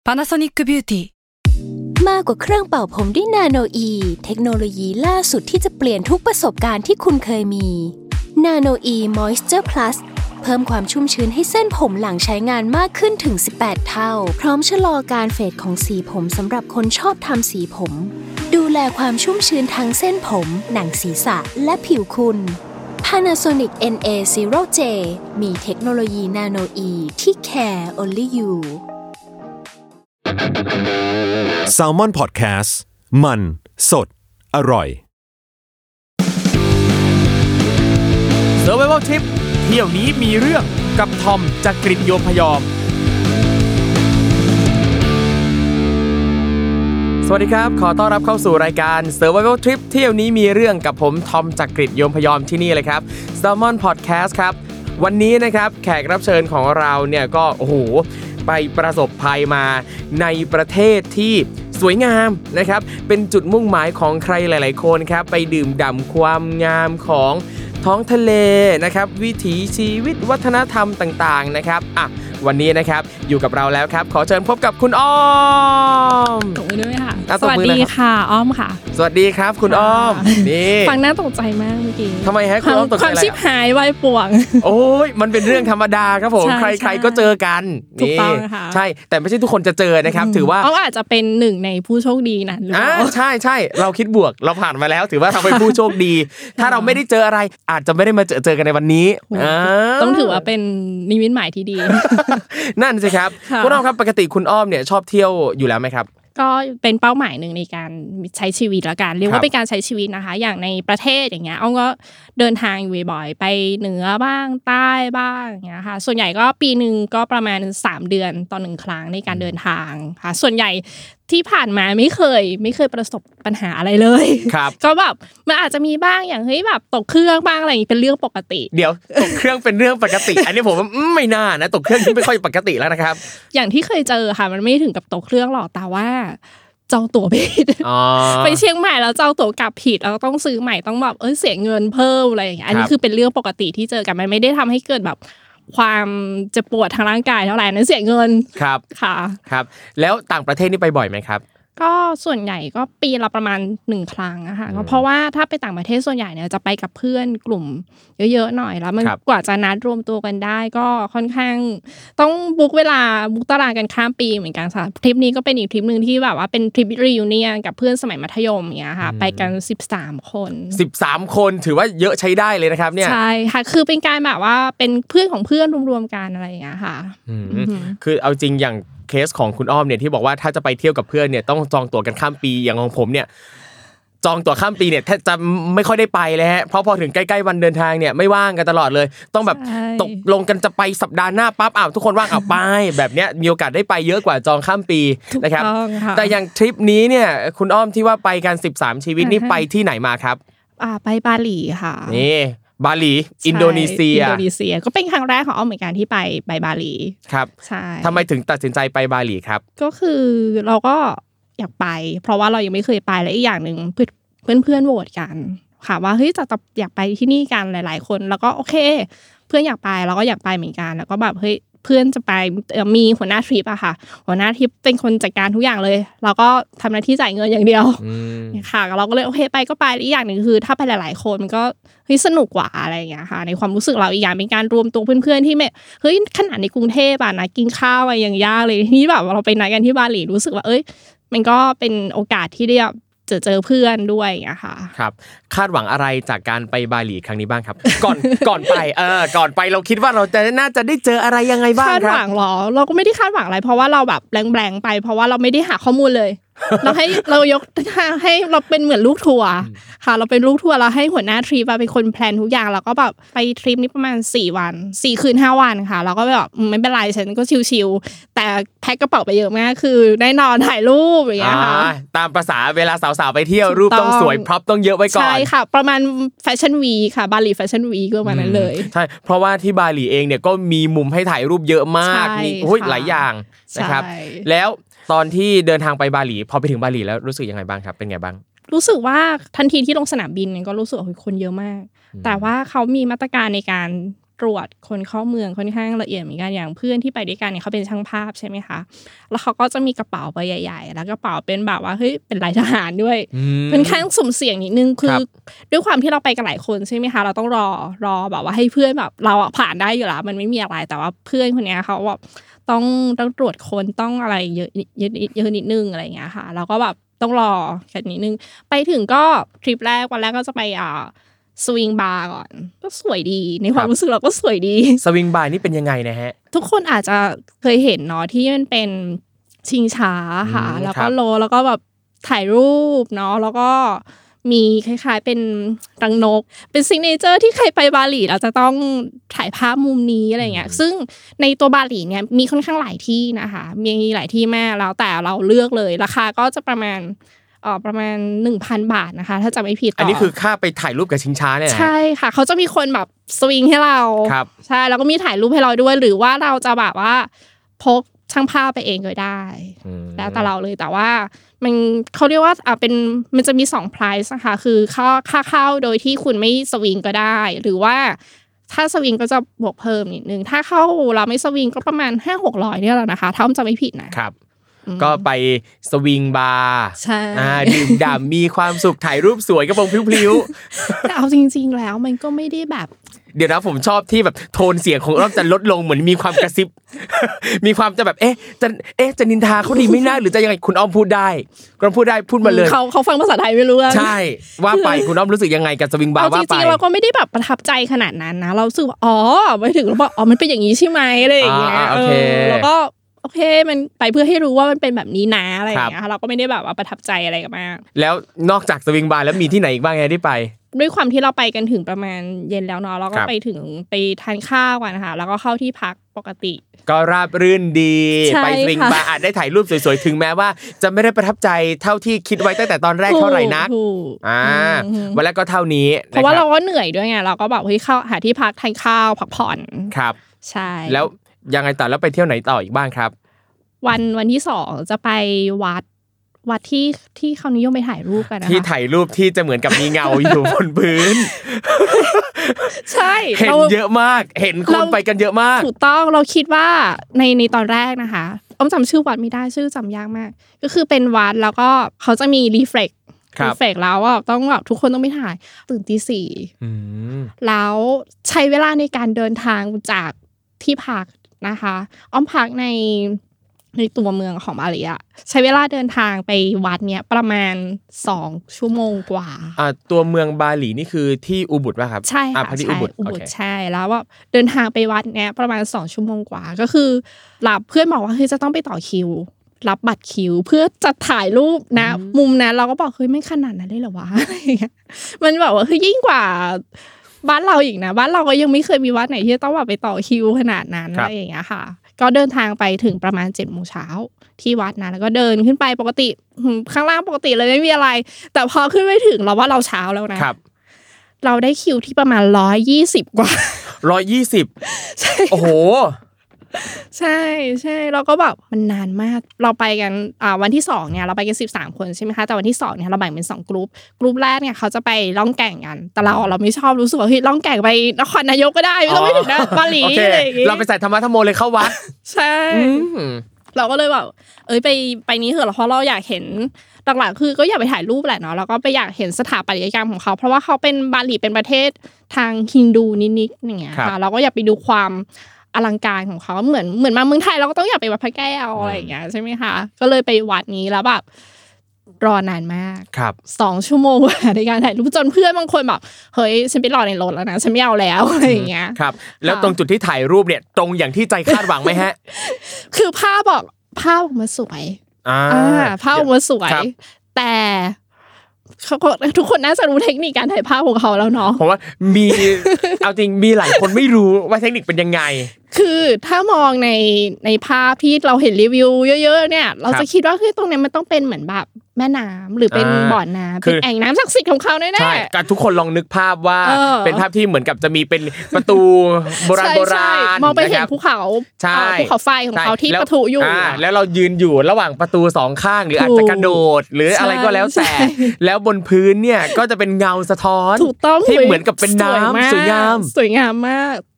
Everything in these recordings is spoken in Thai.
Panasonic Beauty มากกว่าเครื่องเป่าผมด้วยนาโนอีเทคโนโลยีล่าสุดที่จะเปลี่ยนทุกประสบการณ์ที่คุณเคยมีนาโนอีมอยส์เจอร์พลัสเพิ่มความชุ่มชื้นให้เส้นผมหลังใช้งานมากขึ้นถึง18เท่าพร้อมชะลอการเฟดของสีผมสำหรับคนชอบทำสีผมดูแลความชุ่มชื้นทั้งเส้นผมหนังศีรษะและผิวคุณ Panasonic NA0J มีเทคโนโลยีนาโนอีที่ care only you Salmon Podcast มันสดอร่อย Survival Trip เที่ยวนี้มีเรื่องกับทอมจากกรีฑโยมพยอมสวัสดีครับขอต้อนรับเข้าสู่รายการ Survival Trip เที่ยวนี้มีเรื่องกับผมทอมจากกรีฑโยมพยอมที่นี่เลยครับ Salmon Podcast ครับวันนี้นะครับแขกรับเชิญของเราเนี่ยก็โอ้โหไปประสบภัยมาในประเทศที่สวยงามนะครับเป็นจุดมุ่งหมายของใครหลายๆคนครับไปดื่มด่ำความงามของท้องทะเลนะครับวิถีชีวิตวัฒนธรรมต่างๆนะครับวันนี้นะครับอยู่กับเราแล้วครับขอเชิญพบกับคุณอ้อมตบมือด้วยค่ะสวัสดีค่ะอ้อมค่ะสวัสดีครับคุณอ้อมนี่ฟังน่าตกใจมากเมื่อกี้ทำไมฮะคุณอ้อมตกใจอะไรความชิบหายวายป่วงโอ้ยมันเป็นเรื่องธรรมดาครับผมใครๆก็เจอกันนี่ใช่แต่ไม่ใช่ทุกคนจะเจอนะครับถือว่าอ้อมอาจจะเป็นหนึ่งในผู้โชคดีนั้นหรือเปล่าใช่เราคิดบวกเราผ่านมาแล้วถือว่าเราเป็นผู้โชคดีถ้าเราไม่ได้เจออะไรอาจจะไม่ได้มาเจอกันในวันนี้ต้องถือว่าเป็นนิมิตหมายที่ดีนั่นสิครับคุณอ้อมครับปกติคุณอ้อมเนี่ยชอบเที่ยวอยู่แล้วไหมครับก็เป็นเป้าหมายหนึ่งในการใช้ชีวิตละกันเรียกว่าเป็นการใช้ชีวิตนะคะอย่างในประเทศอย่างเงี้ยอ้อมก็เดินทางอยู่บ่อยๆไปเหนือบ้างใต้บ้างอย่างเงี้ยค่ะส่วนใหญ่ก็ปีนึงก็ประมาณ3เดือนต่อ1ครั้งในการเดินทางค่ะส่วนใหญ่ที่ผ่านมาไม่เคยประสบปัญหาอะไรเลยก็แบบมันอาจจะมีบ้างอย่างเฮ้ยแบบตกเครื่องบ้างอะไรอย่างงี้เป็นเรื่องปกติเดี๋ยวตกเครื่องเป็นเรื่องปกติอันนี้ผมว่าไม่น่านะตกเครื่องนี่ไม่ค่อยปกติแล้วนะครับอย่างที่เคยเจอค่ะมันไม่ถึงกับตกเครื่องหรอกแต่ว่าจองตั๋วผิดไปเชียงใหม่แล้วจองตั๋วกลับผิดแล้วต้องซื้อใหม่ต้องแบบเสียเงินเพิ่มอะไรอย่างเงี้ยอันนี้คือเป็นเรื่องปกติที่เจอกันมันไม่ได้ทำให้เกิดแบบความเจ็บปวดทางร่างกายเท่าไหร่นั้นเสียเงินครับค่ะครับแล้วต่างประเทศนี่ไปบ่อยไหมครับก็ส่วนใหญ่ก็ปีละประมาณ1ครั้งอะค่ะเพราะว่าถ้าไปต่างประเทศส่วนใหญ่เนี่ยจะไปกับเพื่อนกลุ่มเยอะๆหน่อยแล้วมันกว่าจะนัดรวมตัวกันได้ก็ค่อนข้างต้องบุ๊กตารางกันข้ามปีเหมือนกันค่ะทริปนี้ก็เป็นอีกทริปนึงที่แบบว่าเป็นทริปรียูเนียนกับเพื่อนสมัยมัธยมอย่างเงี้ยค่ะไปกัน13คนถือว่าเยอะใช้ได้เลยนะครับเนี่ยใช่ค่ะคือเป็นการแบบว่าเป็นเพื่อนของเพื่อนรวมๆกันอะไรอย่างเงี้ยค่ะคือเอาจริงอย่างเคสของคุณอ้อมเนี่ยที่บอกว่าถ้าจะไปเที่ยวกับเพื่อนเนี่ยต้องจองตั๋วกันข้ามปีอย่างของผมเนี่ยจองตั๋วข้ามปีเนี่ยแทบจะไม่ค่อยได้ไปเลยฮะเพราะพอถึงใกล้ๆวันเดินทางเนี่ยไม่ว่างกันตลอดเลยต้องแบบตกลงกันจะไปสัปดาห์หน้าปั๊บทุกคนว่างไปแบบเนี้ยมีโอกาสได้ไปเยอะกว่าจองข้ามปีนะครับแต่อย่างทริปนี้เนี่ยคุณอ้อมที่ว่าไปกัน13ชีวิตนี่ไปที่ไหนมาครับไปบาหลีค่ะนี่บาหลีอินโดนีเซียก็เป็นครั้งแรกของอ้อมเหมือนกันที่ไปบาหลีครับใช่ทำไมถึงตัดสินใจไปบาหลีครับก็คือเราก็อยากไปเพราะว่าเรายังไม่เคยไปและอีกอย่างนึงเพื่อนโหวตกันค่ะว่าเฮ้ยจะอยากไปที่นี่กันหลายๆคนแล้วก็โอเคเพื่อนอยากไปเราก็อยากไปเหมือนกันแล้วก็แบบเฮ้ยเพื่อนจะไปมีหัวหน้าทริปอะค่ะหัวหน้าทริปเป็นคนจัดการทุกอย่างเลยเราก็ทำหน้าที่จ่ายเงินอย่างเดียวค่ะเราก็เลยโอเคไปก็ไปอีกอย่างนึงคือถ้าไปหลายๆคนมันก็เฮ้ยสนุกกว่าอะไรอย่างเงี้ยค่ะในความรู้สึกเราอีกอย่างเป็นการรวมตัวเพื่อนๆที่ไม่เฮ้ยขนาดในกรุงเทพอะนะกินข้าวอะไรอย่างยากเลยนี่แบบเราไปนัดกันที่บาหลีรู้สึกว่ามันก็เป็นโอกาสที่ได้เจอเพื่อนด้วยอะค่ะครับคาดหวังอะไรจากการไปบาหลีครั้งนี้บ้างครับก่อนไปเราคิดว่าเราน่าจะได้เจออะไรยังไงบ้างครับคาดหวังหรอเราก็ไม่ได้คาดหวังอะไรเพราะว่าเราแบบแบงๆไปเพราะว่าเราไม่ได้หาข้อมูลเลยเราให้เราเป็นเหมือนลูกทัวร์ค่ะเราเป็นลูกทัวร์เราให้หัวหน้าทริปเป็นคนแพลนทุกอย่างแล้วก็แบบไปทริปนี้ประมาณ4วัน4คืน5วันค่ะแล้วก็แบบไม่เป็นไรฉันก็ชิลๆแต่แพ็คกระเป๋าไปเยอะมากคือได้นอนถ่ายรูปอย่างเงี้ยค่ะตามภาษาเวลาสาวๆไปเที่ยวรูปต้องสวยพร็อพต้องเยอะไว้ก่อนใช่ค่ะประมาณแฟชั่นวีคค่ะบาหลีแฟชั่นวีคก็ประมาณนั้นเลยใช่เพราะว่าที่บาหลีเองเนี่ยก็มีมุมให้ถ่ายรูปเยอะมากมีหลายอย่างนะครับแล้วตอนที่เดินทางไปบาหลีพอไปถึงบาหลีแล้วรู้สึกยังไงบ้างครับเป็นไงบ้างรู้สึกว่าทันทีที่ลงสนามบินก็รู้สึกว่าคนเยอะมากแต่ว่าเขามีมาตรการในการตรวจคนเข้าเมืองค่อนข้างละเอียดเหมือนกันอย่างเพื่อนที่ไปด้วยกันเนี่ยเขาเป็นช่างภาพใช่ไหมคะแล้วเขาก็จะมีกระเป๋าใบใหญ่ๆแล้วกระเป๋าเป็นแบบว่าเฮ้ยเป็นลายทหารด้วยค่อนข้างสุ่มเสี่ยงนิดนึงคือด้วยความที่เราไปกันหลายคนใช่ไหมคะเราต้องรอแบบว่าให้เพื่อนแบบเราผ่านได้อยู่แล้วมันไม่มีอะไรแต่ว่าเพื่อนคนนี้เขาแบบต้องตรวจคนต้องอะไรเยอะนิดนึงอะไรอย่างเงี้ยค่ะแล้วก็แบบต้องรอแค่นิดนึงไปถึงก็ทริปแรกวันแรกก็จะไปสวิงบาร์ก่อนก็สวยดีในความรู้สึกเราก็สวยดีสวิงบาร์นี่เป็นยังไงนะฮะทุกคนอาจจะเคยเห็นเนาะที่มันเป็นชิงช้าค่ะแล้วก็แล้วก็แบบถ่ายรูปเนาะแล้วก็มีคล้ายๆเป็นรังนกเป็นซิกเนเจอร์ที่ใครไปบาหลีเราจะต้องถ่ายภาพมุมนี้อะไรเงี้ยซึ่งในตัวบาหลีเนี่ยมีค่อนข้างหลายที่นะคะมีหลายที่แม่แล้วแต่เราเลือกเลยราคาก็จะประมาณ 1,000 บาทนะคะถ้าจะไม่ผิดอันนี้คือค่าไปถ่ายรูปกับชิงช้าเนี่ยใช่ค่ะเขาจะมีคนแบบสวิงให้เราใช่แล้วก็มีถ่ายรูปให้เราด้วยหรือว่าเราจะแบบว่าพกช่างภาพไปเองก็ได้แล้วแต่เราเลยแต่ว่ามันเขาเรียกว่าเป็นมันจะมี2 price นะคะคือค่าเข้าโดยที่คุณไม่สวิงก็ได้หรือว่าถ้าสวิงก็จะบวกเพิ่มนิดนึงถ้าเข้าเราไม่สวิงก็ประมาณ 500-600 เนี่ยแหละนะคะถ้าจะไม่ผิดนะครับก็ไปสวิงบาร์ดื่มด่ำมีความสุขถ่ายรูปสวยกระโปรงพลิ้วๆแต่เอาจริงๆแล้วมันก็ไม่ได้แบบเดี๋ยวนะผมชอบที่แบบโทนเสียงของเราจะลดลงเหมือนมีความกระซิบ มีความจะแบบจะนินทาเขาดีไม่น่าหรือจะยังไงคุณอ้อมพูดได้คุณพูดได้พูดมาเลยเขาฟังภาษาไทยไม่รู้ใช่ว่าไปคุณอ้อมรู้สึกยังไงกับสวิงบาร์ว่าไปจริงๆเราก็ไม่ได้แบบประทับใจขนาดนั้นนะเราสึกว่าไปถึงแล้วบอกมันเป็นอย่างนี้ใช่ไหมอะไรอย่างเงี้ยแล้วก็โอเคมันไปเพื่อให้รู้ว่ามันเป็นแบบนี้นะอะไรอย่างเงี้ยเราก็ไม่ได้แบบว่าประทับใจอะไรกันมากแล้วนอกจากสวิงบาร์แล้วมีที่ไหนอีกบ้างไงที่ไปด้วยความที่เราไปกันถึงประมาณเย็นแล้วเนาะเราก็ไปทานข้าวกันนะคะแล้วก็เข้าที่พักปกติก็ราบรื่นดีไปสวิงบาร์อาจได้ถ่ายรูปสวยๆถึงแม้ว่าจะไม่ได้ประทับใจเท่าที่คิดไว้ตั้งแต่ตอนแรกเท่าไหร่นักวันแรกก็เท่านี้เพราะว่าเราก็เหนื่อยด้วยไงเราก็แบบเฮ้ยเข้าหาที่พักทานข้าวพักผ่อนครับใช่แล้วยังไงต่อแล้วไปเที่ยวไหนต่ออีกบ้างครับวันที่2จะไปวัดที่เขานิยมไปถ่ายรูปกันนะคะที่ถ่ายรูปที่จะเหมือนกับมีเงาอยู่บนพื้นใช่เห็นเยอะมากเห็นคนไปกันเยอะมากถูกต้องเราคิดว่าในตอนแรกนะคะอ้อมจำชื่อวัดไม่ได้ชื่อจำยากมากก็คือเป็นวัดแล้วก็เขาจะมีรีเฟล็กแล้วว่าต้องแบบทุกคนต้องไปถ่ายตื่นตี 4แล้วใช้เวลาในการเดินทางจากที่พักนะคะอ้อมพักในตัวเมืองของบาหลีอ่ะใช้เวลาเดินทางไปวัดเนี้ยประมาณ2 ชั่วโมงกว่าตัวเมืองบาหลีนี่คือที่อุบุดป่ะครับใช่ค่ะที่อุบุดใช่แล้วว่าเดินทางไปวัดเนี้ยประมาณ2 ชั่วโมงกว่าก็คือรับเพื่อนบอกว่าเฮ้ยจะต้องไปต่อคิวรับบัตรคิวเพื่อจะถ่ายรูปนะมุมนั้นเราก็บอกเฮ้ยไม่ขนาดนั้นเลยเหรอวะอะไรอย่างเงี้ยมันแบบว่าเฮ้ยยิ่งกว่าบ้านเราอีกนะบ้านเราก็ยังไม่เคยมีวัดไหนที่ต้องแบบไปต่อคิวขนาดนั้นอะไรอย่างเงี้ยค่ะก็เดินทางไปถึงประมาณ 7:00 นที่วัดนะแล้วก็เดินขึ้นไปปกติข้างล่างปกติเลยไม่มีอะไรแต่พอขึ้นไปถึงเราว่าเราเช้าแล้วนะครับเราได้คิวที่ประมาณ120กว่า 120ใช่โอ้โหใช่ๆเราก็แบบมันนานมากเราไปกันวันที่2เนี่ยเราไปกัน13 คนใช่มั้ยคะแต่วันที่2เนี่ยเราแบ่งเป็น2กลุ่มแรกเนี่ยเขาจะไปล่องแก่งกันแต่เราไม่ชอบรู้สึกว่าเฮ้ยล่องแก่งไปนครนายกก็ได้ไม่ต้องไปถึงนะบาหลีอะไรอย่างงี้เราไปใส่ธรรมะธรรมโมเลยเข้าวัดใช่เราก็เลยแบบไปนี้เถอะเพราะเราอยากเห็นหลักๆคือก็อยากไปถ่ายรูปแหละเนาะแล้วก็ไปอยากเห็นสถาปัตยกรรมของเขาเพราะว่าเขาเป็นบาหลีเป็นประเทศทางฮินดูนิดๆอย่างเงี้ยค่ะเราก็อยากไปดูความอลังการของเขาเหมือนมาเมืองไทยเราก็ต้องอยากไปวัดพระแก้วอะไรอย่างเงี้ยใช่ไหมคะก็เลยไปวัดนี้แล้วแบบรอนานมากครับ 2 ชั่วโมงในการถ่ายรูปจนเพื่อนบางคนแบบเฮ้ยฉันไปรอในรถแล้วนะฉันไม่เอาแล้วอะไรอย่างเงี้ยครับแล้วตรงจุดที่ถ่ายรูปเนี่ยตรงอย่างที่ใจคาดหวังไหมฮะคือภาพออกมาสวยภาพออกมาสวยแต่ทุกคนน่าจะรู้เทคนิคการถ่ายภาพของเขาแล้วเนาะเพราะว่าเอาจริงมีหลายคนไม่รู้ว่าเทคนิคเป็นยังไงคือถ้ามองในภาพที่เราเห็นรีวิวเยอะๆเนี่ยเราจะคิดว่าคือตรงนี้มันต้องเป็นเหมือนแบบแม่น้ำหรือเป็นบ่อน้ำเป็นแอ่งน้ำศักดิ์สิทธิ์ของเขาแน่ๆใช่การทุกคนลองนึกภาพว่าเป็นภาพที่เหมือนกับจะมีเป็นประตูโบราณมองไปเห็นภูเขาไฟของเขาที่ปะทุอยู่แล้วเรายืนอยู่ระหว่างประตู2ข้างหรืออาจจะกระโดดหรืออะไรก็แล้วแต่แล้วบนพื้นเนี่ยก็จะเป็นเงาสะท้อนที่เหมือนกับเป็นน้ำสวยงามมาก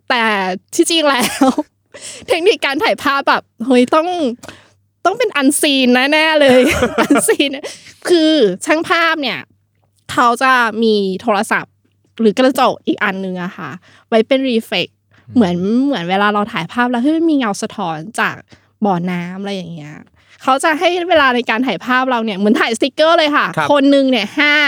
แต่ที่จริงแล้ว เทคนิคการถ่ายภาพแบบเฮ้ยต้องเป็นอันซีนแน่ๆเลย อันซีนคือช่างภาพเนี่ยเขาจะมีโทรศัพท์หรือกระจกอีกอันนึงอะค่ะไว้เป็นรีเฟล็กเหมือนเวลาเราถ่ายภาพแล้วให้มันมีเงาสะท้อนจากบ่อน้ำอะไรอย่างเงี้ยเขาจะให้เวลาในการถ่ายภาพเราเนี่ยเหมือนถ่ายสติ๊กเกอร์เลยค่ะคนนึงเนี่ย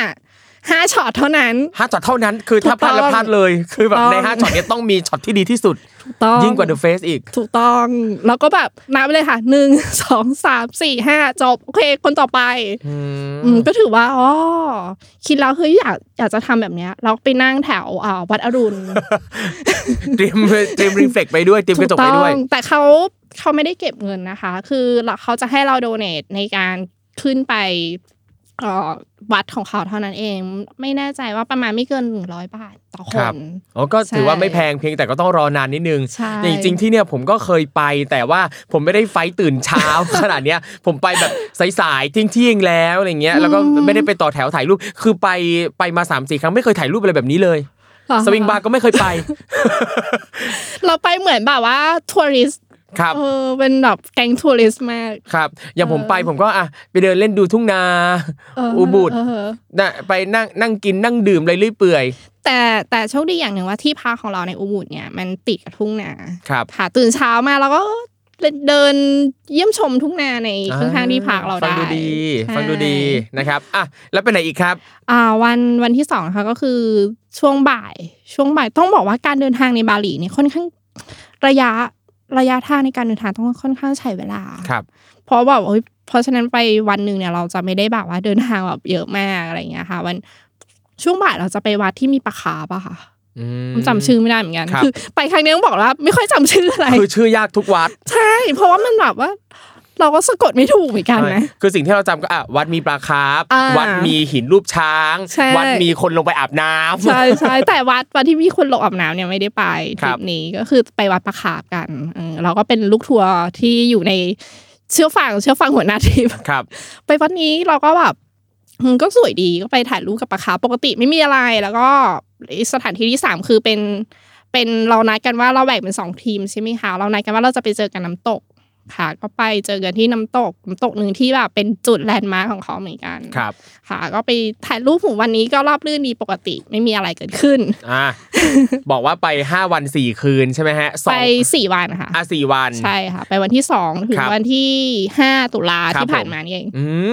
5ช็อตเท่านั้น 5ช็อตเท่านั้นคือถ้าพลาดแล้วพลาดเลยคือแบบใน5ช็อตนี้ต้องมีช็อตที่ดีที่สุดยิ่งกว่า The Face อีกถูกต้องแล้วก็แบบนับไปเลยค่ะ1 2 3 4 5จบโอเคคนต่อไปก็ถือว่าอ๋อคิดแล้วเฮ้ยอยากจะทำแบบเนี้ยเราไปนั่งแถววัดอรุณเตรียมรีเฟล็กไปด้วยเตรียมกระจกไปด้วยแต่เขาไม่ได้เก็บเงินนะคะคือเขาจะให้เราโดเนทในการขึ้นไปวัดของเขาเท่านั้นเองไม่แน่ใจว่าประมาณไม่เกิน100 บาทต่อคนอ๋อก็ถือว่าไม่แพงเพียงแต่ก็ต้องรอนานนิดนึงจริงๆที่เนี่ยผมก็เคยไปแต่ว่าผมไม่ได้ไฟตื่นเช้า ขนาดเนี้ยผมไปแบบสายๆเที่ยงแล้วอะไรเงี้ยแล้วก็ไม่ได้ไปต่อแถวถ่ายรูปคือไปมา 3-4 ครั้งไม่เคยถ่ายรูปอะไรแบบนี้เลยสวิงบาร์ก็ไม่เคยไปเราไปเหมือนแบบว่าทัวริสต์เป็นแบบแก๊งทัวริสต์มากครับอย่างผมก็ไปเดินเล่นดูทุ่งนาอุบุดไปนั่งกินนั่งดื่มอะไรเรื่อยเปื่อยแต่โชคดีอย่างหนึ่งว่าที่พักของเราในอุบุดเนี่ยมันติดกับทุ่งนาค่ะตื่นเช้ามาแล้วก็เดินเยี่ยมชมทุ่งนาในข้างๆที่พักเราได้ฟังดูดีนะครับแล้วไปไหนอีกครับวันที่2ค่ะก็คือช่วงบ่ายต้องบอกว่าการเดินทางในบาหลีเนี่ยค่อนข้างระยะทางในการเดินทางต้องค่อนข้างใช้เวลาเพราะแบบเพราะฉะนั้นไปวันนึงเนี่ยเราจะไม่ได้แบบว่าเดินทางแบบเยอะมากอะไรอย่างเงี้ยค่ะวันช่วงบ่ายเราจะไปวัดที่มีปลาคาร์ฟอะค่ะจำชื่อไม่ได้เหมือนกันคือไปครั้งนี้ต้องบอกว่าไม่ค่อยจำชื่ออะไรคือชื่อยากทุกวัดใช่เพราะว่ามันแบบว่าเราก็สะกดไม่ถูกเหมือนกันนะคือสิ่งที่เราจำก็วัดมีปลาคาร์ฟวัดมีหินรูปช้างวัดมีคนลงไปอาบน้ำใช่แต่วัดที่มีคนลงอาบน้ำเนี่ยไม่ได้ไปทริปนี้ก็คือไปวัดปลาคาร์ฟกันเราก็เป็นลูกทัวร์ที่อยู่ในเชื่อฟังหัวหน้าทริปไปวัดนี้เราก็แบบก็สวยดีก็ไปถ่ายรูปกับปลาคาร์ฟปกติไม่มีอะไรแล้วก็สถานที่ที่3คือเป็นเรานัดกันว่าเราแบ่งเป็น2ทีมใช่ไหมคะเรานัดกันว่าเราจะไปเจอกันน้ำตกค่ะก็ไปเจอกันที่น้ำตกนึงที่แบบเป็นจุดแลนด์มาร์คของเขาเหมือนกันค่ะก็ไปถ่ายรูปวันนี้ก็ราบรื่นดีปกติไม่มีอะไรเกิดขึ้นบอกว่าไป5 วัน 4 คืนใช่ไหมฮะไป4 วันค่ะ 4 วันใช่ค่ะไปวันที่2ถึงวันที่5 ตุลาที่ผ่านมานี่เอง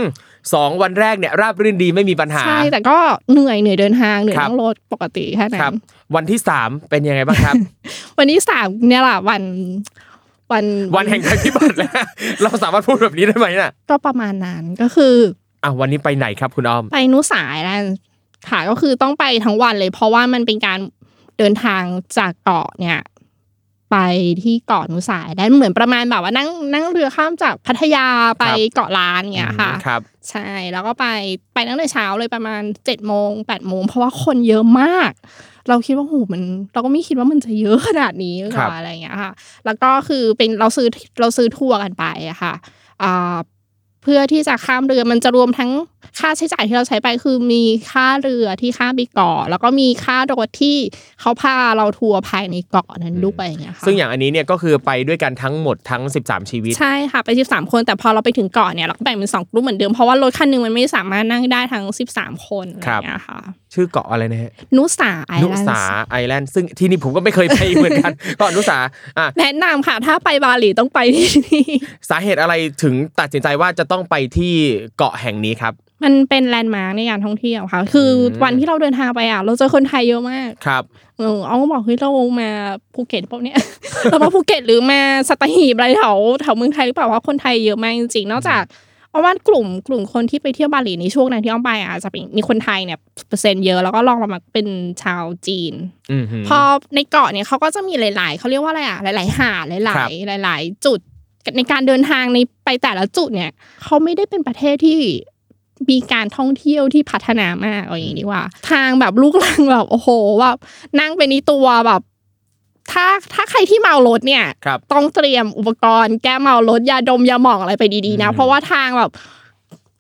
2 วันแรกเนี่ยราบรื่นดีไม่มีปัญหาใช่แต่ก็เหนื่อยเดินทางเหนื่อยนั่งรถปกติแค่นั้นวันที่3เป็นยังไงบ้างครับวันที่3เนี่ยแหละวันแห่งภัยพิบัติแล้วเราสามารถพูดแบบนี้ได้ไหมน่ะก็ประมาณนั้นก็คือวันนี้ไปไหนครับคุณอ้อมไปนุสายแล้วค่ะก็คือต้องไปทั้งวันเลยเพราะว่ามันเป็นการเดินทางจากเกาะเนี่ยไปที่เกาะนุสายได้เหมือนประมาณแบบว่านั่งเรือข้ามจากพัทยาไปเกาะล้านเงี้ยค่ะใช่แล้วก็ไปตั้งแต่เช้าเลยประมาณ 7:00 น 8:00 นเพราะว่าคนเยอะมากเราคิดว่าเราก็ไม่คิดว่ามันจะเยอะขนาดนี้อะไรอย่างเงี้ยค่ะแล้วก็คือเป็นเราซื้อทัวร์กันไปอะค่ะเพื่อที่จะข้ามเรือมันจะรวมทั้งค่าใช้จ่ายที่เราใช้ไปคือมีค่าเรือที่ข้ามไปเกาะแล้วก็มีค่ารถที่เขาพาเราทัวร์ภายในเกาะนั้นด้วยอย่างเงี้ยค่ะซึ่งอย่างอันนี้เนี่ยก็คือไปด้วยกันทั้งหมดทั้ง13ชีวิตใช่ค่ะไป13คนแต่พอเราไปถึงเกาะเนี่ยเราก็แบ่งเป็น2กลุ่มเหมือนเดิมเพราะว่ารถคันนึงมันไม่สามารถนั่งได้ทั้ง13คนอะไรอย่างเงี้ยค่ะชื่อเกาะอะไรนะฮะนุสาไอแลนด์ซึ่งที่นี่ผมก็ไม่เคยไปเหมือนกันเกาะนุสาแนะนำค่ะถ้าไปบาหลีต้องไปที่นี่สาเหตุอะไรถึงตัดสินใจว่าจะต้องไปที่เกาะแห่งนี้ครับมันเป็นแลนด์มาร์คในการท่องเที่ยวค่ะคือวันที่เราเดินทางไปเราเจอคนไทยเยอะมากครับเอาก็บอกเฮ้ยเรามาภูเก็ตพวกเนี้ย เรามาภูเก็ตหรือมาสัตหีบอะไรแถวเมืองไทยหรือเปล่าว่าคนไทยเยอะมากจริงๆนอกจากเอาว่ากลุ่มคนที่ไปเที่ยวบาหลีในช่วงนั้นที่อ้อมไปจะมีคนไทยเนี่ยเปอร์เซ็นต์เยอะแล้วก็ลองลงมาเป็นชาวจีนพอในเกาะเนี่ยเขาก็จะมีหลายๆเขาเรียกว่าอะไรหลายๆหาดหลายๆจุดในการเดินทางในไปแต่ละจุดเนี่ยเขาไม่ได้เป็นประเทศที่มีการท่องเที่ยวที่พัฒนามากอย่างนี้ดีกว่าทางแบบลูกลังแบบโอ้โหแบบนั่งไปในตัวแบบถ้าใครที่เมารถเนี่ยต้องเตรียมอุปกรณ์แก้เมารถยาดมยาหม่องอะไรไปดีๆนะเพราะว่าทางแบบ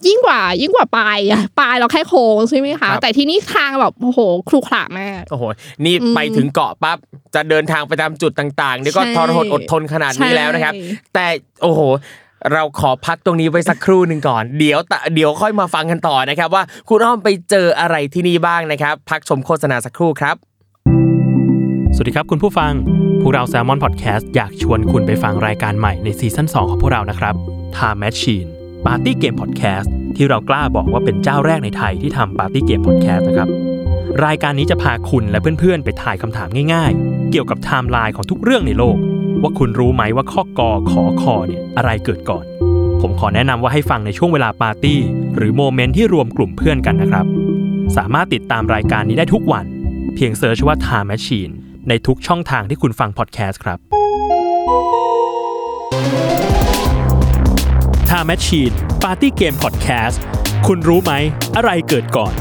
ยิ่งกว่าปลายเราแค่โค้งใช่ไหมคะแต่ที่นี่ทางแบบโอ้โหครุขระมากโอ้โหนี่ไปถึงเกาะปั๊บจะเดินทางไปตามจุดต่างๆนี่ก็ทรหดอดทนขนาดนี้แล้วนะครับแต่โอ้โหเราขอพักตรงนี้ไว้สักครู่นึงก่อนเดี๋ยวค่อยมาฟังกันต่อนะครับว่าคุณอ้อมไปเจออะไรที่นี่บ้างนะครับพักชมโฆษณาสักครู่ครับสวัสดีครับคุณผู้ฟังพวกเรา Salmon Podcast อยากชวนคุณไปฟังรายการใหม่ในซีซั่น2ของพวกเรานะครับ Time Machine Party Game Podcast ที่เรากล้าบอกว่าเป็นเจ้าแรกในไทยที่ทำ Party Game Podcast นะครับรายการนี้จะพาคุณและเพื่อนๆไปถ่ายคำถามง่ายๆเกี่ยวกับไทม์ไลน์ของทุกเรื่องในโลกว่าคุณรู้ไหมว่าข้อกอขอคอเนี่ยอะไรเกิดก่อนผมขอแนะนำว่าให้ฟังในช่วงเวลาปาร์ตี้หรือโมเมนต์ที่รวมกลุ่มเพื่อนกันนะครับสามารถติดตามรายการนี้ได้ทุกวันเพียงเสิร์ชว่า Time Machine ในทุกช่องทางที่คุณฟังพอดแคสต์ครับ Time Machine Party Game Podcast คุณรู้ไหมอะไรเกิดก่อน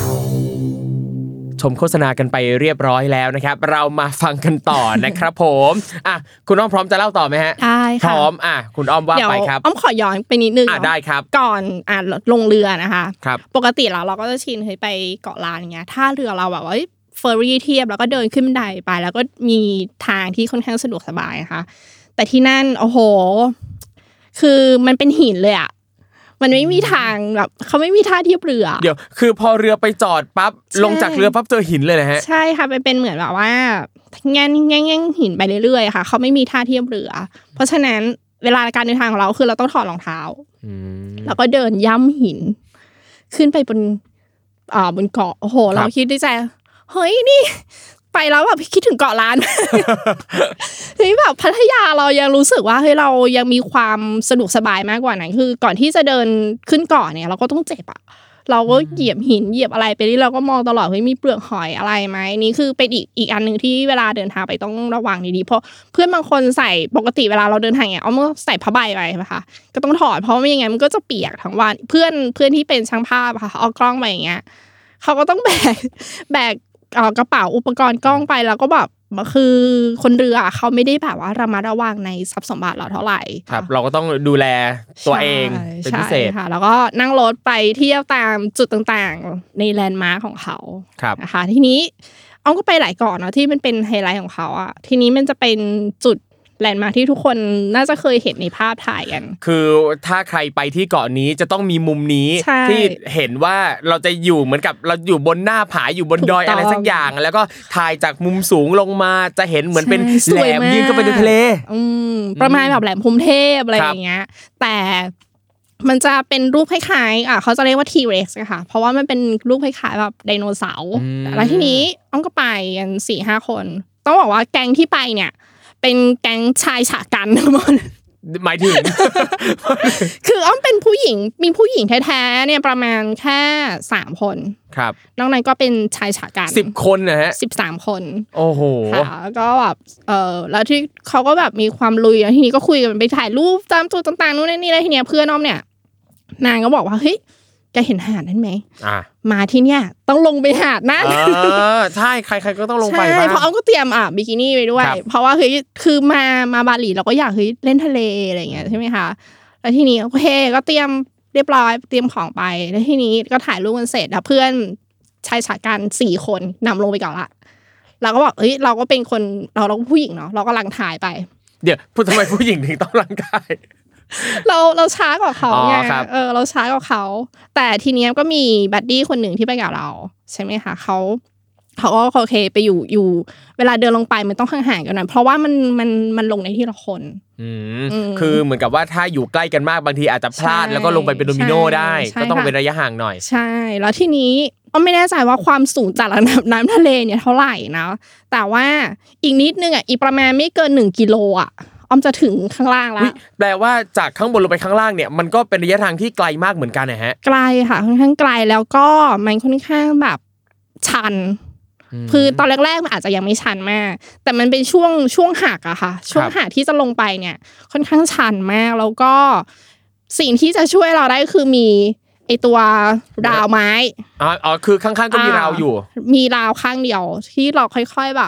ชมโฆษณากันไปเรียบร้อยแล้วนะครับเรามาฟังกันต่อนะครับผมคุณอ้อมพร้อมจะเล่าต่อไหมฮะได้ค่ะพร้อมคุณอ้อมว่าไปครับอ้อมขอย้อนไปนิดนึงได้ครับก่อนลงเรือนะคะครับปกติเราก็จะชินไปเกาะล้านอย่างเงี้ยถ้าเรือเราแบบว่าเฟอร์รี่เทียบแล้วก็เดินขึ้นบันไดไปแล้วก็มีทางที่ค่อนข้างสะดวกสบายนะคะแต่ที่นั่นโอ้โหคือมันเป็นหินเลยอ่ะมันไม่มีทางแบบเขาไม่มีท่าเทียบเรือเดี๋ยวคือพอเรือไปจอดปั๊บลงจากเรือปั๊บเจอหินเลยนะฮะใช่ค่ะเป็นเหมือนแบบว่าแง่งหินไปเรื่อยๆค่ะเขาไม่มีท่าเทียบเรือเพราะฉะนั้นเวลาการเดินทางของเราคือเราต้องถอดรองเท้าแล้วก็เดินย่ำหินขึ้นไปบนเกาะโอ้โหเราคิดในใจเฮ้ยนี่ไปแล้วแบบคิดถึงเกาะล้านที่แบบพัทยาเรายังรู้สึกว่าเฮ้ยเรายังมีความสะดวกสบายมากกว่านั้นคือก่อนที่จะเดินขึ้นเกาะเนี่ยเราก็ต้องเจ็บอะเราก็เหยียบหินเหยียบอะไรไปนี่เราก็มองตลอดเฮ้ยมีเปลือกหอยอะไรไหมนี่คือเป็นอีกอันนึงที่เวลาเดินทางไปต้องระวังดีๆเพราะเพื่อนบางคนใส่ปกติเวลาเราเดินทางเนี่ยเอามาใส่ผ้าใบไปนะคะก็ต้องถอดเพราะไม่อย่างงั้นมันก็จะเปียกทั้งวันเพื่อนที่เป็นช่างภาพค่ะเอากล้องไปอย่างเงี้ยเขาก็ต้องแบกกระเป๋าอุปกรณ์กล้องไปแล้วก็แบบคือคนเรือเขาไม่ได้แบบว่าระมัดระวังในทรัพย์สมบัติเราเท่าไหร่ครับเราก็ต้องดูแลตัวเองเป็นพิเศษค่ะแล้วก็นั่งรถไปเที่ยวตามจุดต่างๆในแลนด์มาร์คของเขานะคะทีนี้อ้อมก็ไปหลายเกาะเนาะที่มันเป็นไฮไลท์ของเขาอ่ะทีนี้มันจะเป็นจุดแลนด์มาร์คที่ทุกคนน่าจะเคยเห็นในภาพถ่ายกันคือถ้าใครไปที่เกาะนี้จะต้องมีมุมนี้ที่เห็นว่าเราจะอยู่เหมือนกับเราอยู่บนหน้าผาอยู่บนดอยอะไรสักอย่างแล้วก็ถ่ายจากมุมสูงลงมาจะเห็นเหมือนเป็นแหลมยื่นเข้าไปในทะเลประมาณแบบแหลมพรหมเทพอะไรอย่างเงี้ยแต่มันจะเป็นรูปคล้ายๆเขาจะเรียกว่า T-Rex นะคะเพราะว่ามันเป็นรูปคล้ายๆแบบไดโนเสาร์แล้วทีนี้อ้อมก็ไปกัน 4-5 คนต้องบอกว่าแก๊งที่ไปเนี่ยเป็นแก๊งชายฉะกันทั้งหมดหมายถึงคืออ้อมเป็นผู้หญิงมีผู้หญิงแท้ๆเนี่ยประมาณแค่3คนครับนอกนั้นก็เป็นชายฉะกัน 10คนนะฮะ 13คนโอ้โหค่ะก็แบบแล้วที่เขาก็แบบมีความลุยแล้วทีนี้ก็คุยกันไปถ่ายรูปตามจุดต่างๆนู่นนี่แล้วทีเนี้ยเพื่อนอ้อมเนี่ยนางก็บอกว่าเฮ้ยแกเห็นหาดนั่นไหมมาที่เนี่ยต้องลงไปหาดนั่นใช่ใครๆก็ต้องลงไปใช่เพราะอ้อมก็เตรียมบิกินี่ไปด้วยเพราะว่าคือมาบาหลีเราก็อยากเล่นทะเลอะไรอย่างเงี้ยใช่ไหมคะแล้วทีนี้โอเคก็เตรียมเรียบร้อยเตรียมของไปแล้วทีนี้ก็ถ่ายรูปกันเสร็จแล้วเพื่อนชายฉะกัน4คนนำลงไปก่อนละเราก็บอกเราก็เป็นคนเราก็ผู้หญิงเนาะเราก็ลังถ่ายไปเดี๋ยวพูดทำไมผู้หญิงถึงต้องลังถ่ายเราช้ากว่าเขาไงเราช้ากว่าเขาแต่ทีเนี้ยก็มีบัดดี้คนหนึ่งที่ไปกับเราใช่ไหมคะเขาก็โอเคไปอยู่เวลาเดินลงไปมันต้องห่างๆกันหน่อยเพราะว่ามันลงในที่ละคนคือเหมือนกับว่าถ้าอยู่ใกล้กันมากบางทีอาจจะพลาดแล้วก็ลงไปเป็นโดมิโนได้ก็ต้องเป็นระยะห่างหน่อยใช่แล้วทีนี้ก็ไม่แน่ใจว่าความสูงจากระดับน้ำทะเลเนี่ยเท่าไหร่นะแต่ว่าอีกนิดนึงอีกประมาณไม่เกิน1 กิโลอ้อมจะถึงข้างล่างแล้วแปลว่าจากข้างบนลงไปข้างล่างเนี่ยมันก็เป็นระยะทางที่ไกลมากเหมือนกันนะฮะไกลค่ะค่อนข้างไกลแล้วก็มันค่อนข้างแบบชันคือตอนแรกๆมันอาจจะยังไม่ชันมากแต่มันเป็นช่วงหักอะค่ะช่วงหักที่จะลงไปเนี่ยค่อนข้างชันมากแล้วก็สิ่งที่จะช่วยเราได้คือมีไอตัวราวไม้คือข้างๆก็มีราวอยู่มีราวข้างเดียวที่เราค่อยๆแบบ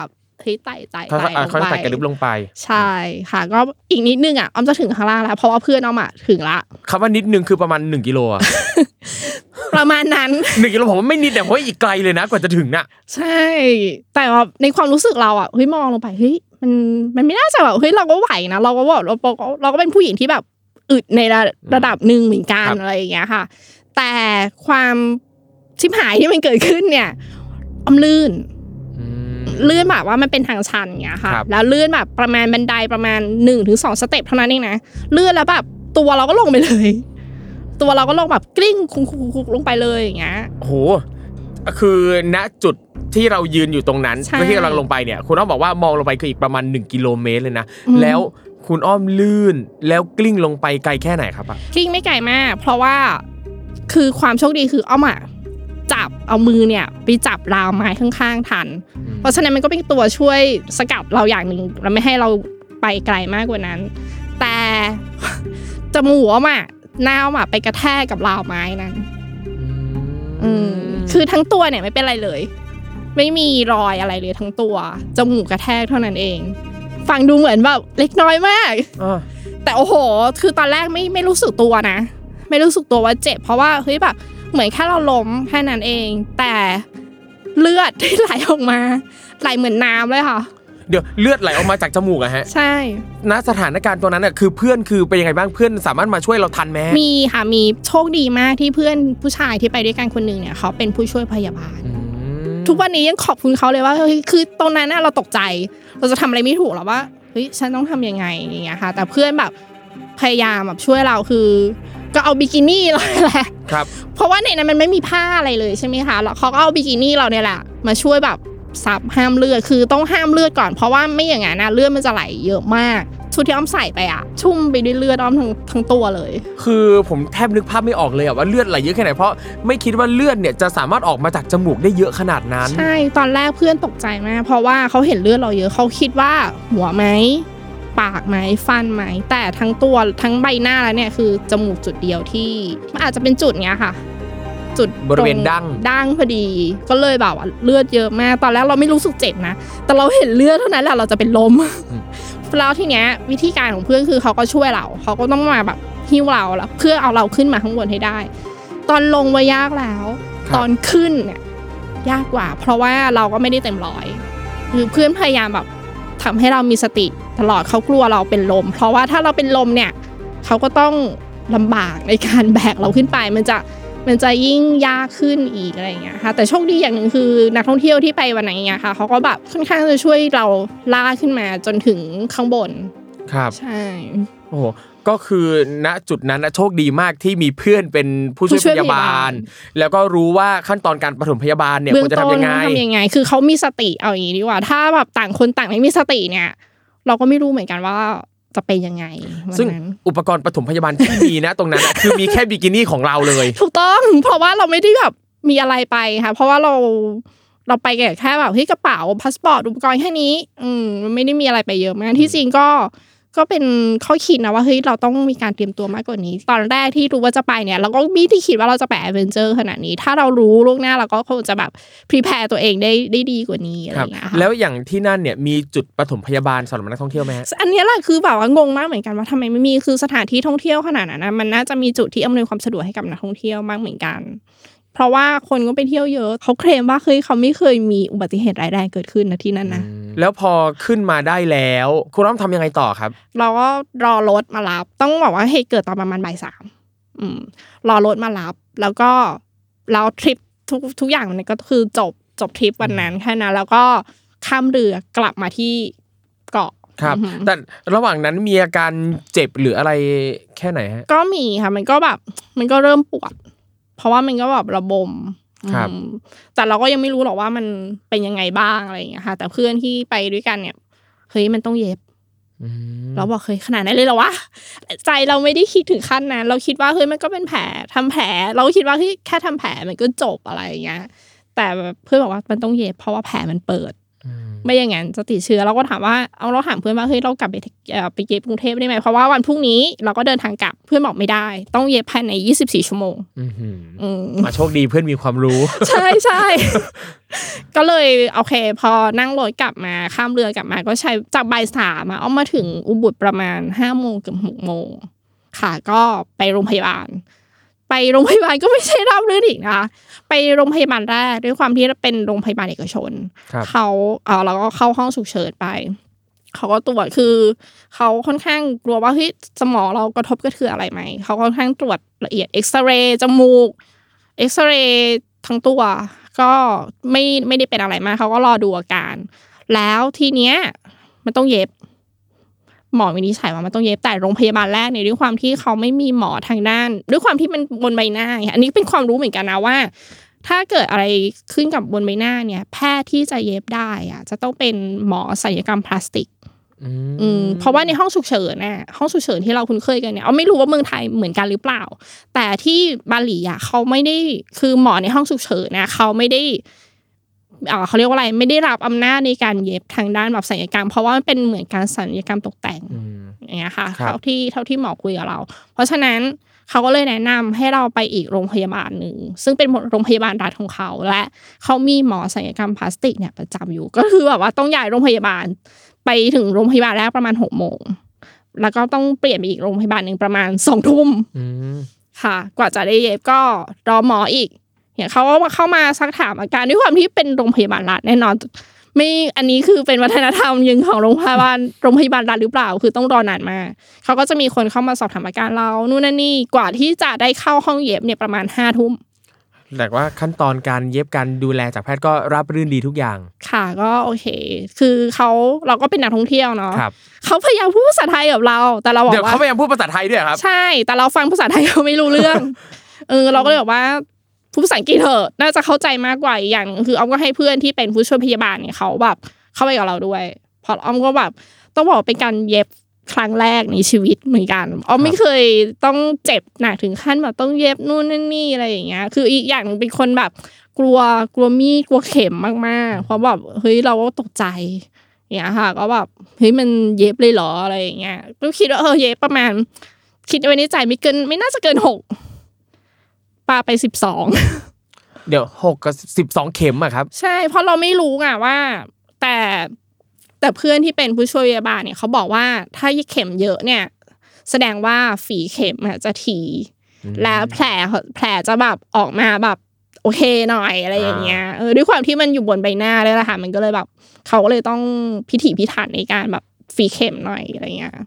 เฮ้ยไต่เขาไต่กระดึบลงไปใช่ค่ะก็อีกนิดนึงอ่ะอ้อมจะถึงข้างล่างแล้วเพราะว่าเพื่อนอ้อมอ่ะถึงละคำว่านิดนึงคือประมาณ1กิโลอ่ะประมาณนั้น 1กิโลผมว่าไม่นิดแต่เพราะอีกไกลเลยนะกว่าจะถึงน่ะใช่แต่ว่าในความรู้สึกเราอ่ะเฮ้ยมองลงไปเฮ้ยมันไม่น่าจะแบบเฮ้ยเราก็ไหวนะเราก็เป็นผู้หญิงที่แบบอึดในระดับนึงเหมือนกันอะไรอย่างเงี้ยค่ะแต่ความชิบหายที่มันเกิดขึ้นเนี่ยอ้อมลื่นแบบว่ามันเป็นทางชันอย่างเงี้ยค่ะแล้วลื่นแบบประมาณบันไดประมาณ 1-2 สเต็ปเท่านั้นเองนะลื่นแล้วแบบตัวเราก็ลงไปเลยตัวเราก็ลงแบบกลิ้งคุกลงไปเลยอย่างเงี้ยโอ้โหคือณจุดที่เรายืนอยู่ตรงนั้นที่กำลังลงไปเนี่ยคุณอ้อมบอกว่ามองลงไปคืออีกประมาณ1กิโลเมตรเลยนะแล้วคุณอ้อมลื่นแล้วกลิ้งลงไปไกลแค่ไหนครับกลิ้งไม่ไกลมากเพราะว่าคือความโชคดีคืออ้อมอ่ะจับเอามือเนี่ยไปจับราวไม้ข้างๆทันเพราะฉะนั้นมันก็เป็นตัวช่วยสกัดเราอย่างนึงแล้วไม่ให้เราไปไกลมากกว่านั้นแต่จมูกอ้อมอ่ะหน้าอ้อมอ่ะไปกระแทกกับราวไม้นั้นคือทั้งตัวเนี่ยไม่เป็นไรเลยไม่มีรอยอะไรเลยทั้งตัวจมูกกระแทกเท่านั้นเองฟังดูเหมือนแบบเล็กน้อยมากแต่โอ้โหคือตอนแรกไม่รู้สึกตัวนะไม่รู้สึกตัวว่าเจ็บเพราะว่าเฮ้ยแบบเหมือนแค่เราล้มแค่นั้นเองแต่เลือดที่ไหลออกมาไหลเหมือนน้ำเลยค่ะเดี๋ยวเลือดไหลออกมาจากจมูกอะฮะใช่ณสถานการณ์ตัวนั้นอะคือเพื่อนคือเป็นยังไงบ้างเพื่อนสามารถมาช่วยเราทันไหมมีค่ะมีโชคดีมากที่เพื่อนผู้ชายที่ไปด้วยกันคนนึงเนี่ยเขาเป็นผู้ช่วยพยาบาลทุกวันนี้ยังขอบคุณเขาเลยว่าเฮ้ยคือตรงนั้นน่ะเราตกใจเราจะทำอะไรไม่ถูกหรอกว่าเฮ้ยฉันต้องทำยังไงอย่างเงี้ยค่ะแต่เพื่อนแบบพยายามแบบช่วยเราคือก็เอาบิกินี่เราแหละครับเพราะว่าในนั้นมันไม่มีผ้าอะไรเลยใช่ไหมคะแล้วเขาก็เอาบิกินี่เราเนี่ยแหละมาช่วยแบบซับห้ามเลือดคือต้องห้ามเลือดก่อนเพราะว่าไม่อย่างนั้นนะเลือดมันจะไหลเยอะมากชุดที่อ้อมใส่ไปอ่ะชุ่มไปด้วยเลือดอ้อมทั้งตัวเลยคือผมแทบนึกภาพไม่ออกเลยอ่ะว่าเลือดไหลเยอะแค่ไหนเพราะไม่คิดว่าเลือดเนี่ยจะสามารถออกมาจากจมูกได้เยอะขนาดนั้นใช่ตอนแรกเพื่อนตกใจมากเพราะว่าเขาเห็นเลือดเราเยอะเขาคิดว่าหัวไหมปากไหมฟันไหมแต่ทั้งตัวทั้งใบหน้าแล้วเนี่ยคือจมูกจุดเดียวที่มันอาจจะเป็นจุดเนี้ยค่ะจุดบริเวณดั้งพอดีก็เลยแบบเลือดเยอะมากตอนแรกเราไม่รู้สึกเจ็บนะแต่เราเห็นเลือดเท่านั้นแหละเราจะเป็นลมแล้วทีเนี้ยวิธีการของเพื่อนคือเขาก็ช่วยเราเขาก็ต้องมาแบบหิ้วเราแล้วเพื่อเอาเราขึ้นมาข้างบนให้ได้ตอนลงว่ายากแล้วตอนขึ้นเนี่ยยากกว่าเพราะว่าเราก็ไม่ได้เต็มร้อยคือเพื่อนพยายามแบบทำให้เรามีสติตลอดเขากลัวเราเป็นลมเพราะว่าถ้าเราเป็นลมเนี่ยเขาก็ต้องลำบากในการแบกเราขึ้นไปมันจะยิ่งยากขึ้นอีกอะไรอย่างเงี้ยค่ะแต่โชคดีอย่างนึงคือนักท่องเที่ยวที่ไปวันไหนเงี้ยค่ะเขาก็แบบค่อนข้างจะช่วยเราลากขึ้นมาจนถึงข้างบนครับใช่โอ้ก็คือณจุดนั้นนะโชคดีมากที่มีเพื่อนเป็นผู้ช่วยพยาบาลแล้วก็รู้ว่าขั้นตอนการปฐมพยาบาลเนี่ยควรจะทำยังไงคือเขามีสติเอาอย่างนี้ดีกว่าถ้าแบบต่างคนต่างไม่มีสติเนี่ยเราก็ไม่รู้เหมือนกันว่าจะเป็นยังไงซึ่งอุปกรณ์ปฐมพยาบาลที่มีนะตรงนั้นคือมีแค่บิกินี่ของเราเลยถูกต้องเพราะว่าเราไม่ได้แบบมีอะไรไปค่ะเพราะว่าเราไปแค่แบบเฮ้ยกระเป๋าพาสปอร์ตอุปกรณ์แค่นี้มันไม่ได้มีอะไรไปเยอะมากที่จริงก็เป็นข้อคิดนะว่าเฮ้ยเราต้องมีการเตรียมตัวมากกว่านี้ตอนแรกที่รู้ว่าจะไปเนี่ยเราก็ไม่ได้คิดว่าเราจะไปแอดเวนเจอร์ขนาดนี้ถ้าเรารู้ล่วงหน้าเราก็คงจะแบบพรีแพร์ตัวเองได้ดีกว่านี้อะไรอย่างเงี้ยค่ะแล้วอย่างที่นั่นเนี่ยมีจุดปฐมพยาบาลสำหรับนักท่องเที่ยวไหมอันนี้แหละคือแบบว่างงมากเหมือนกันว่าทำไมไม่มีคือสถานที่ท่องเที่ยวขนาดนั้นนะมันน่าจะมีจุดที่อำนวยความสะดวกให้กับนักท่องเที่ยวมากเหมือนกันเพราะว่าคนก็ไปเที่ยวเยอะเขาเคลมว่าเขาไม่เคยมีอุบัติเหตุร้ายแรงเกิดขึ้นนะที่นั่นนะแล้วพอขึ้นมาได้แล้วคุณต้องทำยังไงต่อครับเราก็รอรถมารับต้องบอกว่าเหตุเกิดตอนประมาณบ่าย 3รอรถมารับแล้วก็เราทริปทุกอย่างมันก็คือจบทริปวันนั้นแค่นั้นแล้วก็ข้ามเรือกลับมาที่เกาะครับแต่ระหว่างนั้นมีอาการเจ็บหรืออะไรแค่ไหนฮะก็มีค่ะมันก็เริ่มปวดเพราะว่ามันก็แบบระบมแต่เราก็ยังไม่รู้หรอกว่ามันเป็นยังไงบ้างอะไรอย่างเงี้ยค่ะแต่เพื่อนที่ไปด้วยกันเนี่ยเฮ้ยมันต้องเย็บเราบอกเฮ้ยขนาดนั้นเลยเหรอวะใจเราไม่ได้คิดถึงขั้นนั้นเราคิดว่าเฮ้ยมันก็เป็นแผลทำแผลเราคิดว่าแค่ทำแผลมันก็จบอะไรอย่างเงี้ยแต่เพื่อนบอกว่ามันต้องเย็บเพราะว่าแผลมันเปิดไม่อย่างนั้นจะติดเชื้อเราก็ถามว่าเราถามเพื่อนว่าเฮ้ยเรากลับไปเย็บกรุงเทพได้ไหมเพราะว่าวันพรุ่งนี้เราก็เดินทางกลับเพื่อนบอกไม่ได้ต้องเย็บภายใน24ชั่วโมงมาโชคดีเพื่อนมีความรู้ใช่ๆก็เลยโอเคพอนั่งรถกลับมาข้ามเรือกลับมาก็ใช้จากบ่าย 3เอามาถึงอุบุตประมาณ 5 โมงเกือบ 6 โมงค่ะก็ไปโรงพยาบาลก็ไม่ใช่ราบรื่นอีกนะคะไปโรงพยาบาลแรกด้วยความที่เป็นโรงพยาบาลเอกชนเขาเราก็เข้าห้องฉุกเฉินไปเขาก็ตรวจคือเขาค่อนข้างกลัวว่าเฮ้ยสมองเรากระทบกระเทือนอะไรไหมเขาค่อนข้างตรวจละเอียดเอ็กซเรย์จมูกเอ็กซเรย์ทั้งตัวก็ไม่ได้เป็นอะไรมากเขาก็รอดูอาการแล้วทีเนี้ยมันต้องเย็บหมอวินิจฉัยว่ามันต้องเย็บแต่โรงพยาบาลแรกเนี่ยด้วยความที่เขาไม่มีหมอทางด้านด้วยความที่มันบนใบหน้าอันนี้เป็นความรู้เหมือนกันนะว่าถ้าเกิดอะไรขึ้นกับบนใบหน้าเนี่ยแพทย์ที่จะเย็บได้อ่ะจะต้องเป็นหมอศัลยกรรมพลาสติกเพราะว่าในห้องฉุกเฉินน่ะห้องฉุกเฉินที่เราคุ้นเคยกันเนี่ยไม่รู้ว่าเมืองไทยเหมือนกันหรือเปล่าแต่ที่บาหลีอ่ะเขาไม่ได้คือหมอในห้องฉุกเฉินนะเขาไม่ได้เขาเรียกว่าอะไรไม่ได้รับอำนาจในการเย็บทางด้านแบบศัลยกรรมเพราะว่ามันเป็นเหมือนการศัลยกรรมตกแต่งอย่างเงี้ยค่ะเท่าที่หมอคุยกับเราเพราะฉะนั้นเขาก็เลยแนะนำให้เราไปอีกโรงพยาบาลนึงซึ่งเป็นโรงพยาบาลรัฐของเขาและเขามีหมอศัลยกรรมพลาสติกเนี่ยประจำอยู่ก็คือแบบว่าต้องย้ายโรงพยาบาลไปถึงโรงพยาบาลแรกประมาณ 6 โมงแล้วก็ต้องเปลี่ยนไปอีกโรงพยาบาลนึงประมาณ 2 ทุ่มค่ะกว่าจะได้เย็บก็รอหมออีกเนี่ยเขาก็เข้ามาซักถามอาการด้วยความที่เป็นโรงพยาบาลรัฐแน่นอนไม่อันนี้คือเป็นวัฒนธรรมยังของโรงพยาบาลรัฐหรือเปล่าคือต้องรอนานมากเขาก็จะมีคนเข้ามาสอบถามอาการเรานู่นนั่นนี่กว่าที่จะได้เข้าห้องเย็บเนี่ยประมาณ 5 ทุ่มแต่ว่าขั้นตอนการเย็บการดูแลจากแพทย์ก็ราบรื่นดีทุกอย่างค่ะก็โอเคคือเราก็เป็นนักท่องเที่ยวเนาะเขาพยายามพูดภาษาไทยกับเราแต่เราบอกว่าเดี๋ยวเขาพยายามพูดภาษาไทยด้วยครับใช่แต่เราฟังภาษาไทยเขาไม่รู้เรื่องเราก็เลยบอกว่าพูดภาษาอังกฤษเถอะน่าจะเข้าใจมากกว่าอย่างคืออ้อมก็ให้เพื่อนที่เป็นผู้ช่วยพยาบาลเนี่ยเขาแบบเข้าไปกับเราด้วยพออ้อมก็แบบต้องบอกเป็นการเย็บครั้งแรกในชีวิตเหมือนกันอ้อมไม่เคยต้องเจ็บหนักถึงขั้นแบบต้องเย็บนู่นนั่นนี่อะไรอย่างเงี้ยคืออีกอย่างเป็นคนแบบกลัวมีดกลัวเข็มมากๆเพราะแบบเฮ้ยเราก็ตกใจอย่างเงี้ยค่ะก็แบบเฮ้ยมันเย็บเลยเหรออะไรอย่างเงี้ยก็คิดว่าเย็บประมาณคิดไว้ในใจไม่น่าจะเกิน6ปาไป12 เดี๋ยว6กับ12เข็มอ่ะครับใช่เพราะเราไม่รู้ไงว่าแต่เพื่อนที่เป็นผู้ช่วยพยาบาลเนี่ยเขาบอกว่าถ้าเข็มเยอะเนี่ยแสดงว่าฝีเข็มจะถี่แล้วแผลจะแบบออกมาแบบโอเคหน่อยอะไรอย่างเงี้ยด้วยความที่มันอยู่บนใบหน้าเลยล่ะค่ะมันก็เลยแบบเขาก็เลยต้องพิถีพิถันในการแบบฝีเข็มหน่อยอะไรเงี้ย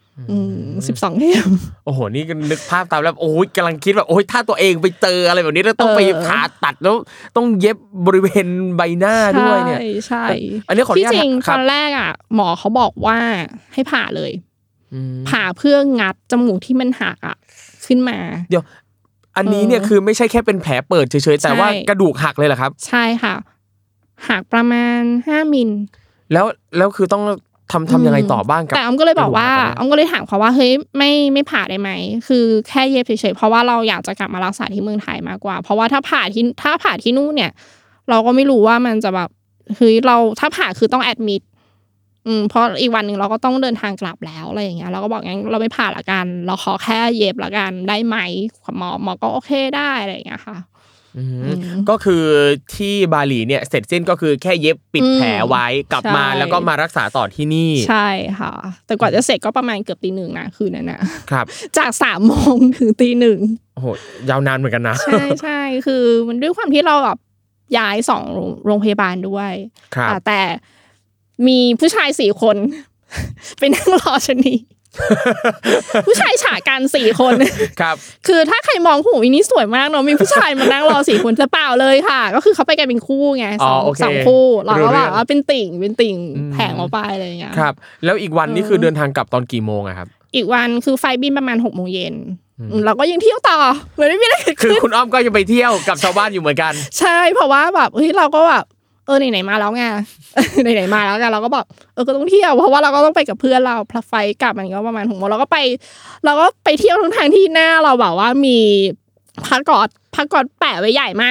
12 เข็มโอ้โหนี่ก็นึกภาพตามแล้วโอ้ยกำลังคิดแบบโอ้ยถ้าตัวเองไปเจออะไรแบบนี้แล้วต้องไปผ่าตัดแล้วต้องเย็บบริเวณใบหน้าด้วยเนี่ยใช่อันนี้ขออนุญาตที่จริงตอนแรกอ่ะหมอเขาบอกว่าให้ผ่าเลยผ่าเพื่องัดจมูกที่มันหักอ่ะขึ้นมาเดี๋ยวอันนี้เนี่ยคือไม่ใช่แค่เป็นแผลเปิดเฉยๆแต่ว่ากระดูกหักเลยเหรอครับใช่ค่ะหักประมาณ5 มิลแล้วคือต้องทำยังไงต่อบ้างกับแต่อ้อมก็เลยบอกว่าอ้อมก็เลยถามเขาว่าเฮ้ยไม่ผ่าได้ไหมคือแค่เย็บเฉยๆเพราะว่าเราอยากจะกลับมารักษาที่เมืองไทยมากกว่าเพราะว่าถ้าผ่าที่นู่นเนี่ยเราก็ไม่รู้ว่ามันจะแบบคือเราถ้าผ่าคือต้องแอดมิดเพราะอีกวันนึงเราก็ต้องเดินทางกลับแล้วอะไรอย่างเงี้ยเราก็บอกงั้นเราไม่ผ่าละกันเราขอแค่เย็บละกันได้ไหมหมอก็โอเคได้อะไรอย่างเงี้ยค่ะก็คือที่บาหลีเนี่ยเสร็จสิ้นก็คือแค่เย็บปิดแผลไว้กลับมาแล้วก็มารักษาต่อที่นี่ใช่ค่ะแต่กว่าจะเสร็จก็ประมาณเกือบ 1:00 นนะคืนนั้นนะครับจาก 3 โมงถึง 1:00 โอ้โหยาวนานเหมือนกันนะใช่ๆคือมันด้วยความที่เราแบบย้าย2 โรงพยาบาลด้วยแต่มีผู้ชาย4 คนไปนั่งรอชนีผู้ชายฉากัน4 คนครับคือถ้าใครมองผู้อีนี่สวยมากเนาะมีผู้ชายมานั่งรอ4 คนจะเปล่าเลยค่ะก็คือเขาไปกันเป็นคู่ไง2 คู่เราก็แบบว่าเป็นติ่งแผงออกไปอะไรอย่างเงี้ยครับแล้วอีกวันนี้คือเดินทางกลับตอนกี่โมงอะครับอีกวันคือไฟบินประมาณ 6 โมงเย็นเราก็ยังเที่ยวต่อเหมือนไม่มีอะไรเกิดขึ้นคือคุณอ้อมก็ยังไปเที่ยวกับชาวบ้านอยู่เหมือนกันใช่เพราะว่าแบบเฮ้ยเราก็แบบไหนๆมาแล้วไงไหนๆมาแล้วกันเราก็บอกก็ต้องเที่ยวเพราะว่าเราก็ต้องไปกับเพื่อนเราไฟกลับมันก็ประมาณ 6 โมงเราก็ไปเที่ยวทั้งทางที่หน้าเราแบบว่ามีพาสปอร์ตแปะไว้ใหญ่มาก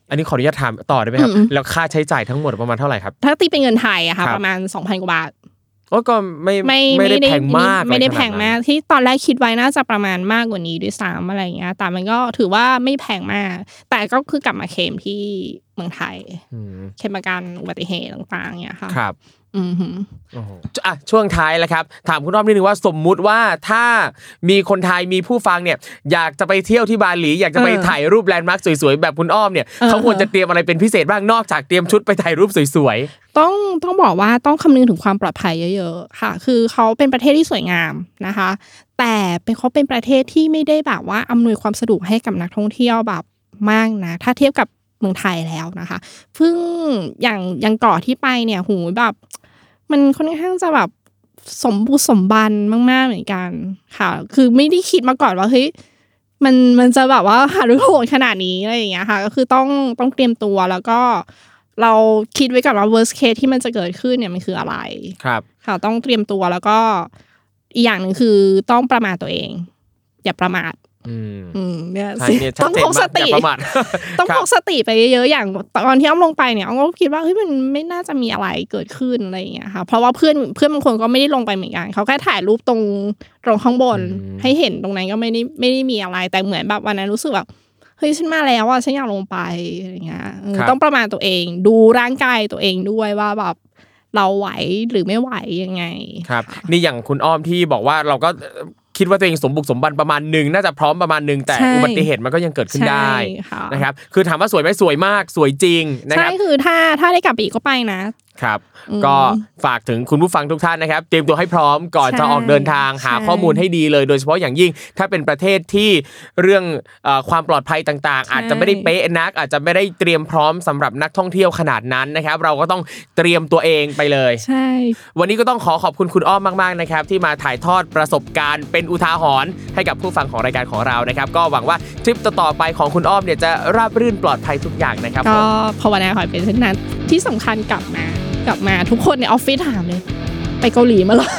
อันนี้ขออนุญาตถามต่อได้ไหมครับแล้วค่าใช้จ่ายทั้งหมดประมาณเท่าไหร่ครับถ้าตีเป็นเงินไทยอะค่ะประมาณ 2,000 กว่าบาทก็ไม่ได้แพงมากไม่ได้แพงมากที่ตอนแรกคิดไว้น่าจะประมาณมากกว่านี้ด้วยซ้ำอะไรเงี้ยแต่มันก็ถือว่าไม่แพงมากแต่ก็คือกลับมาเคลมที่เมืองไทยเคลมประกันอุบัติเหตุต่างๆเงี้ยค่ะครับช่วงท้ายแล้วครับถามคุณอ้อมนิดนึงว่าสมมุติว่าถ้ามีคนไทยมีผู้ฟังเนี่ยอยากจะไปเที่ยวที่บาหลีอยากจะไปถ่ายรูปแลนด์มาร์คสวยๆแบบคุณอ้อมเนี่ยเขาควรจะเตรียมอะไรเป็นพิเศษบ้างนอกจากเตรียมชุดไปถ่ายรูปสวยๆต้องบอกว่าต้องคำนึงถึงความปลอดภัยเยอะๆค่ะคือเขาเป็นประเทศที่สวยงามนะคะแต่เขาเป็นประเทศที่ไม่ได้แบบว่าอำนวยความสะดวกให้กับนักท่องเที่ยวแบบมากนะถ้าเทียบกับเมืองไทยแล้วนะคะเพิ่งอย่างเกาะที่ไปเนี่ยหูแบบมันค่อนข้างจะแบบสมบูรณ์สมบันมากๆเหมือนกันค่ะคือไม่ได้คิดมาก่อนว่าเฮ้ยมันจะแบบว่าหารือโหดขนาดนี้อะไรอย่างเงี้ยค่ะก็คือต้องเตรียมตัวแล้วก็เราคิดไว้ก่อนว่า worst case ที่มันจะเกิดขึ้นเนี่ยมันคืออะไรครับค่ะต้องเตรียมตัวแล้วก็อีกอย่างนึงคือต้องประมาทตัวเองอย่าประมาทเนี่ยต้องพกสติต้องพกสติไปเยอะๆอย่างตอนที่อ้อมลงไปเนี่ยอ้อมก็คิดว่าเฮ้ยมันไม่น่าจะมีอะไรเกิดขึ้นอะไรอย่างเงี้ยค่ะเพราะว่าเพื่อนบางคนก็ไม่ได้ลงไปเหมือนกันเขาแค่ถ่ายรูปตรงข้างบนให้เห็นตรงนั้นก็ไม่ได้มีอะไรแต่เหมือนแบบวันนั้นรู้สึกแบบเฮ้ยฉันมาแล้วอ่ะฉันอยากลงไปอะไรเงี้ยต้องประมาณตัวเองดูร่างกายตัวเองด้วยว่าแบบเราไหวหรือไม่ไหวยังไงครับนี่อย่างคุณอ้อมที่บอกว่าเราก็คิดว่าตัวเองสมบุกสมบันประมาณนึงน่าจะพร้อมประมาณนึงแต่อุบัติเหตุมันก็ยังเกิดขึ้นได้นะครับคือถามว่าสวยไหมสวยมากสวยจริงนะครับใช่คือถ้าได้กลับอีกก็ไปนะครับก็ฝากถึงคุณผู้ฟังทุกท่านนะครับเตรียมตัวให้พร้อมก่อนจะออกเดินทางหาข้อมูลให้ดีเลยโดยเฉพาะอย่างยิ่งถ้าเป็นประเทศที่เรื่องความปลอดภัยต่างๆอาจจะไม่ได้เป๊ะนักอาจจะไม่ได้เตรียมพร้อมสำหรับนักท่องเที่ยวขนาดนั้นนะครับเราก็ต้องเตรียมตัวเองไปเลยใช่วันนี้ก็ต้องขอบคุณคุณอ้อมมากๆนะครับที่มาถ่ายทอดประสบการณ์เป็นอุทาหรณ์ให้กับผู้ฟังของรายการของเรานะครับก็หวังว่าทริปต่อไปของคุณอ้อมเนี่ยจะราบรื่นปลอดภัยทุกอย่างนะครับก็ภาวนาขอให้เป็นเช่นนั้นที่สำคัญกลับมาทุกคนในออฟฟิศถามเลยไปเกาหลีมาหรอ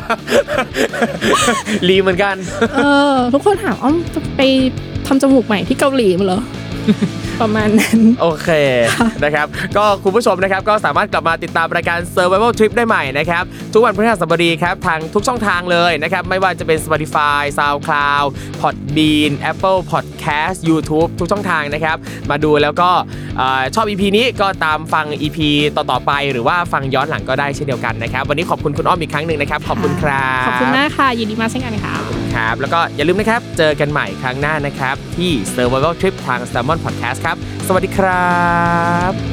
ลีเหมือนกันทุกคนถามอ้อมไปทำจมูกใหม่ที่เกาหลีมาเหรอ ประมาณนั้นโอเคนะครับก็คุณผู้ชมนะครับก็สามารถกลับมาติดตามรายการ Survival Trip ได้ใหม่นะครับทุกวันพฤหัสบดีครับทางทุกช่องทางเลยนะครับไม่ว่าจะเป็น Spotify SoundCloud Podbean Apple Podcast YouTube ทุกช่องทางนะครับมาดูแล้วก็ชอบ EP นี้ก็ตามฟัง EP ต่อๆไปหรือว่าฟังย้อนหลังก็ได้เช่นเดียวกันนะครับวันนี้ขอบคุณคุณอ้อมอีกครั้งนึงนะครับขอบคุณครับขอบคุณมากค่ะยินดีมากเช่นกันค่ะครับแล้วก็อย่าลืมนะครับเจอกันใหม่ครั้งหน้านะครับที่ Survival Trip ทาง Salmon Podcast ครับสวัสดีครับ